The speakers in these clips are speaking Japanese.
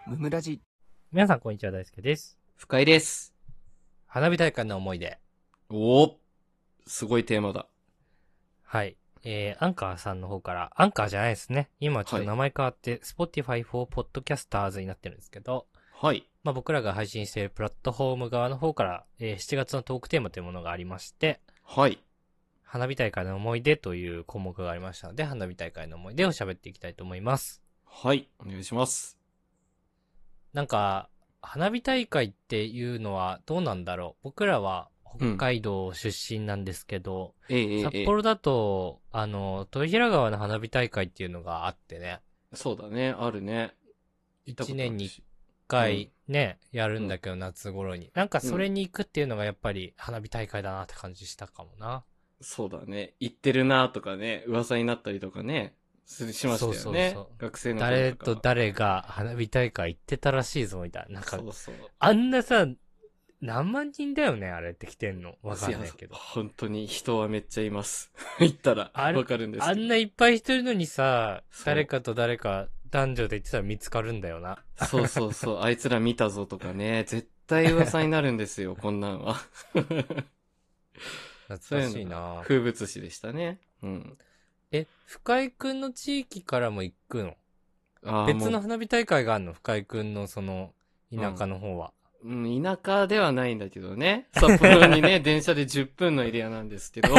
ムムラジ。 皆さんこんにちは、大輔です。 深井です。 花火大会の思い出。 おお、すごいテーマだ。 はい。アンカーさんの方から、アンカーじゃないですね。今ちょっと名前変わって、Spotify for Podcasters になってるんですけど、 はい。 まあ僕らが配信しているプラットフォーム側の方から、7月のトークテーマというものがありまして、 はい。 花火大会の思い出という項目がありましたので、花火大会の思い出を喋っていきたいと思います。 はい。お願いします。 なんか、花火大会っていうのはどうなんだろう。僕らは北海道出身なんですけど、札幌だと、豊平川の花火大会っていうのがあってね。 そうだね、あるね。 1年に1回ね、やるんだけど、夏頃に。なんかそれに行くっていうのがやっぱり花火大会だなって感じしたかもな。 そうだね。行ってるなとかね、噂になったりとかね、しましたよね。そう学生の頃とか。 誰と誰が花火大会行ってたらしいぞ、みたいな。なんか、 そうあんなさ、何万人だよね、あれって来てんの。わかんないけど。 本当に人はめっちゃいます。行ったらわかるんですけど。 あんないっぱい人いるのにさ、誰かと誰か男女で言ってたら見つかるんだよな。 そう。あいつら見たぞとかね、絶対噂になるんですよ、こんなんは。 懐かしいな。 風物詩でしたね。うん。 深井くんの地域からも行くの？別の花火大会があるの？深井くんのその、田舎の方は。 田舎ではないんだけどね。札幌にね、電車で10分のエリアなんですけど、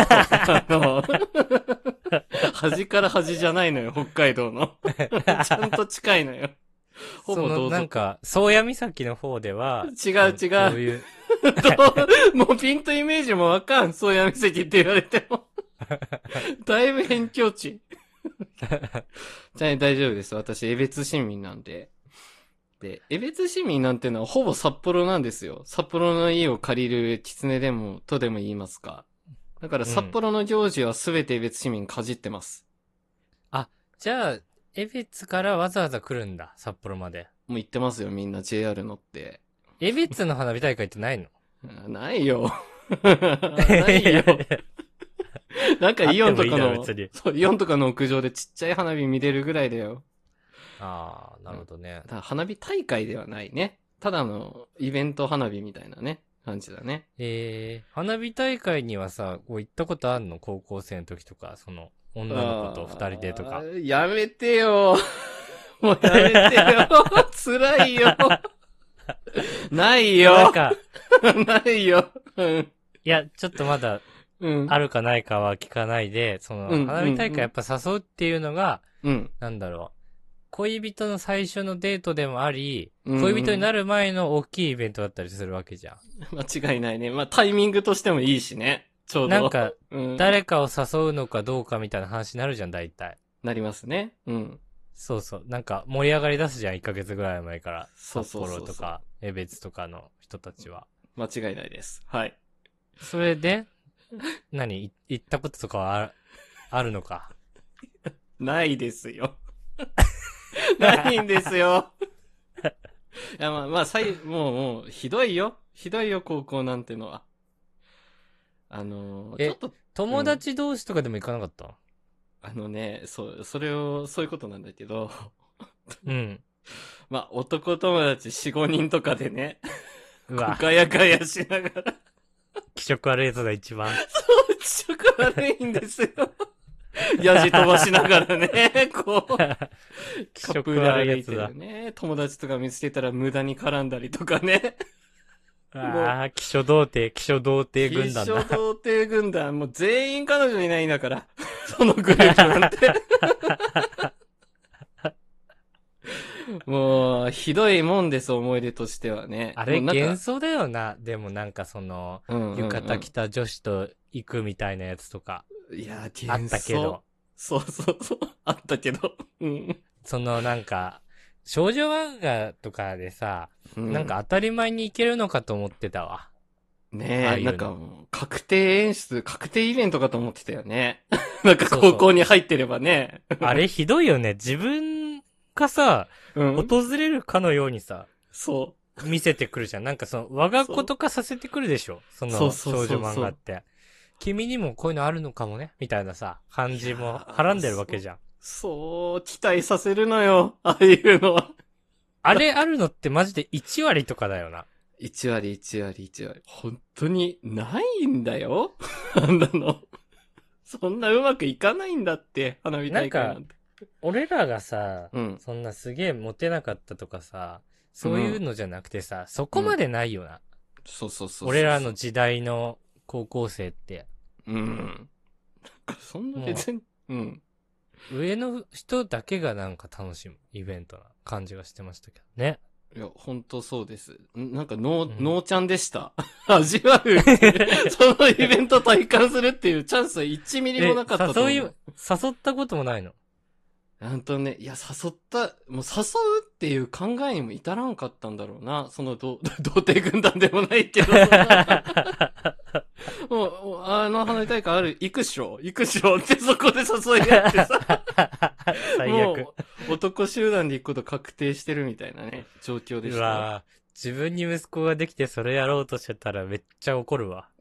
端から端じゃないのよ、北海道の。ちゃんと近いのよ。 ほぼどうぞ。なんか、宗谷岬の方では、 違う。そういうもうピントイメージもわかん、宗谷岬って言われても。だいぶ辺境地。じゃあ大丈夫です。私、江別市民なんで。で、江別市民なんてのはほぼ札幌なんですよ。札幌の家を借りる狐でも、とでも言いますか。だから札幌の行事はすべて江別市民かじってます。 じゃあ、江別からわざわざ来るんだ、札幌まで。 もう行ってますよ、みんな JR 乗って。 江別の花火大会ってないの？ ないよ。ないよ。なんかイオンとかの、そう、イオンとかの屋上でちっちゃい花火見れるぐらいだよ。 ああ、なるほどね。 ただ花火大会ではないね。ただのイベント花火みたいなね、感じだね。 花火大会にはさ、こう行ったことあんの？高校生の時とか、その、女の子と二人でとか。 やめてよ。もうやめてよ。辛いよ。ないよ。 なんか、 ないよ。 いや、ちょっとまだ、あるかないかは聞かないで、その、花火大会やっぱ誘うっていうのが、なんだろう。恋人の最初のデートでもあり、恋人になる前の大きいイベントだったりするわけじゃん。 間違いないね。まあ、タイミングとしてもいいしね。ちょうど。 なんか、誰かを誘うのかどうかみたいな話になるじゃん、大体。 なりますね。 そう。なんか、盛り上がり出すじゃん、1ヶ月ぐらい前から。札幌とか、江別とかの人たちは。 間違いないです。はい。 それで、行ったこととかはあるのか？ ないですよ。ないんですよ。いや、まあ、もう、ひどいよ。ひどいよ、高校なんてのは。ちょっと。 友達同士とかでも行かなかった？ そういうことなんだけど。まあ、男友達4、5人とかでね。ガヤガヤしながら。 気色悪いやつが一番。 そう、気色悪いんですよ。やじ飛ばしながらね、こう。 気色悪いやつだ。 ね、友達とか見つけたら無駄に絡んだりとかね。 気象童貞軍団だ。 気象童貞軍団、もう全員彼女いないんだから。そのグループなんて。もう、ひどいもんです、思い出としてはね。 あれ、幻想だよな。でもなんかその、浴衣着た女子と行くみたいなやつとか。 いや、 あったけど。 そう。あったけど。 そのなんか、少女漫画とかでさ、なんか当たり前に行けるのかと思ってたわ。 ねえ、なんかもう、確定イベントかと思ってたよね。なんか高校に入ってればね。 あれひどいよね。自分がさ、訪れるかのようにさ、見せてくるじゃん。なんかその、我が子とかさせてくるでしょ。その、少女漫画って。君にもこういうのあるのかもねみたいなさ、感じもはらんでるわけじゃん。 そう、期待させるのよ。ああいうのは。 あれあるのってマジで1割とかだよな。 1割。本当にないんだよあんなの。そんなうまくいかないんだって、花火大会なんて。 なんか、俺らがさ、そんなすげえモテなかったとかさ、そういうのじゃなくてさ、そこまでないよな。 そう。 俺らの時代の高校生って。 そんな別に、 上の人だけがなんか楽しむイベントな感じがしてましたけどね。 いや、ほんとそうです。なんかノーちゃんでした。味わう。そのイベント体感するっていうチャンスは1ミリもなかったと思う。 誘ったこともないの？ ね、いや、もう誘うっていう考えにも至らんかったんだろうな。その童貞軍団でもないけど。もう、花火大会行くっしょってそこで誘い合ってさ。 最悪。 もう、男集団で行くこと確定してるみたいなね、状況でした。うわ自分に息子ができてそれやろうとしてたらめっちゃ怒るわ。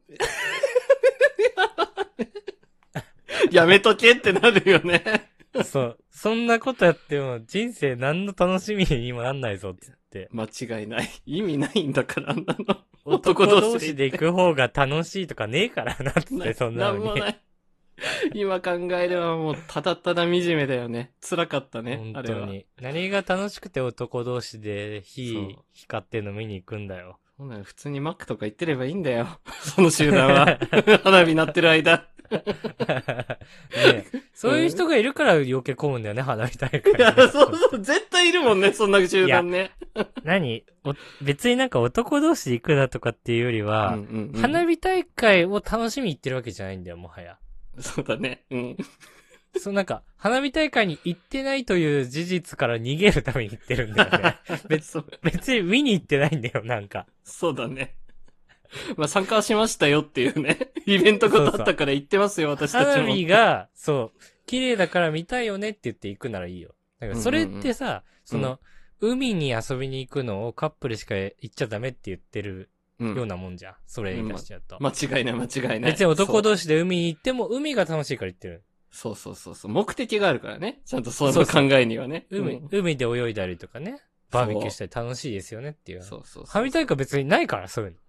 やめとけってなるよね。 そう。そんなことやっても人生何の楽しみにもなんないぞって言って。 間違いない。意味ないんだから、あんなの。 男同士で行く方が楽しいとかねえからなって、そんなのに。 なんもない。今考えればもうただただ惨めだよね。辛かったね。 本当に。何が楽しくて男同士で火光ってんの見に行くんだよ。 そうなの、普通にマックとか行ってればいいんだよ。その集団は。花火鳴ってる間。 ね、そういう人がいるから余計混むんだよね、花火大会、ね。 いや、そう、絶対いるもんね、そんな集団ね。 別になんか男同士で行くなとかっていうよりは、花火大会を楽しみに行ってるわけじゃないんだよ、もはや。 そうだね。 そうなんか、花火大会に行ってないという事実から逃げるために行ってるんだよね。別に見に行ってないんだよ、なんか。 そうだね。まあ参加しましたよっていうね。イベントがあったから行ってますよ、私たちも。 花火が、そう、綺麗だから見たいよねって言って行くならいいよ。だからそれってさ、海に遊びに行くのをカップルしか行っちゃダメって言ってるようなもんじゃん。それ言い出しちゃうと。 間違いない。 別に男同士で海に行っても海が楽しいから行ってる。 そう。目的があるからね。ちゃんとその考えにはね。 海で泳いだりとかね。バーベキューしたり楽しいですよねっていう。 そう。 花火大会別にないから、そういうの。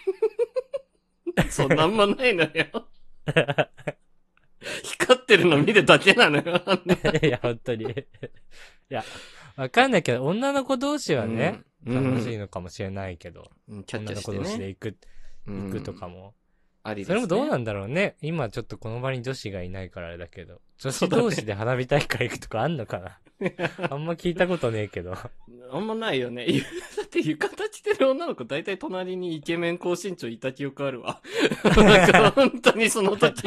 そう、なんもないのよ。光ってるの見るだけなのよ。 いや、本当に。いや、わかんないけど、女の子同士はね、楽しいのかもしれないけど、女の子同士で行くとかも。ありですね。それもどうなんだろうね。今ちょっとこの場に女子がいないからあれだけど、女子同士で花火大会行くとかあんのかな。あんま聞いたことねえけど。 あんまないよね。だって浴衣着てる女の子大体隣にイケメン高身長いた記憶あるわ。なんか本当にその時。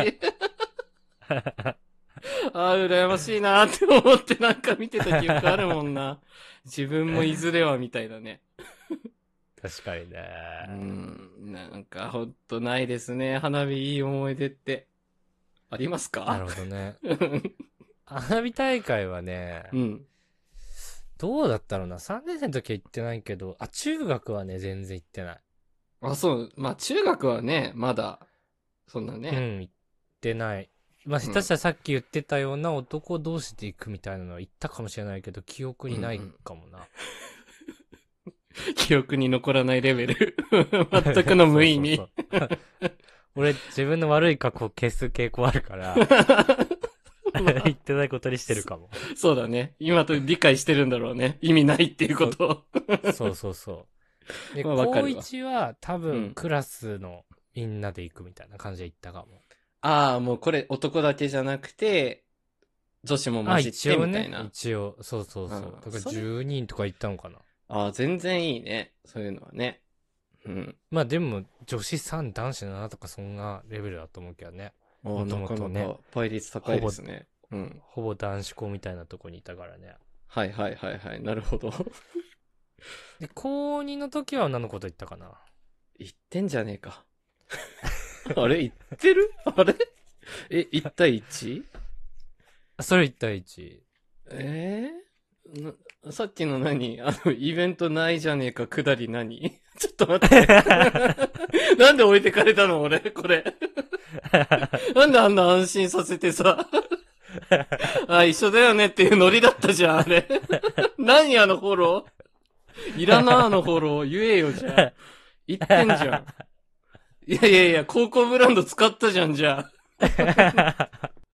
羨ましいなって思ってなんか見てた記憶あるもんな。自分もいずれはみたいなね。 確かにね。 なんかほんとないですね。花火いい思い出って。ありますか？ なるほどね。花火大会はね、どうだったろうな。3年生の時は行ってないけど、中学はね、全然行ってない。 そう。まあ中学はね、まだ、そんなね。 行ってない。まあ、下手したらさっき言ってたような男同士で行くみたいなのは行ったかもしれないけど、記憶にないかもな。 記憶に残らないレベル。全くの無意味。 俺、自分の悪い過去を消す傾向あるから、言ってないことにしてるかも。 そうだね。今と理解してるんだろうね。意味ないっていうことを。 そう。で、高1は多分クラスのみんなで行くみたいな感じで行ったかも。 もうこれ男だけじゃなくて、女子も混じってみたいな。 一応、そう。だから10人とか行ったのかな。 全然いいね。そういうのはね。 まあでも、女子3、男子7とかそんなレベルだと思うけどね。 もともとね。倍率高いですね。 ほぼ男子校みたいなとこにいたからね。 はい。なるほど。 で、高2の時は女の子と行ったかな。 行ってんじゃねえか。あれ行ってる？あれ1対 1？ それ1対1。 さっきのイベントないじゃねえか、くだり何？ちょっと待って。なんで置いてかれたの俺、これ。なんであんな安心させてさ。一緒だよねっていうノリだったじゃん、あれ。何あのフォロー？ いらなーのフォロー言えよ、じゃあ。言ってんじゃん。いや、高校ブランド使ったじゃん、じゃあ。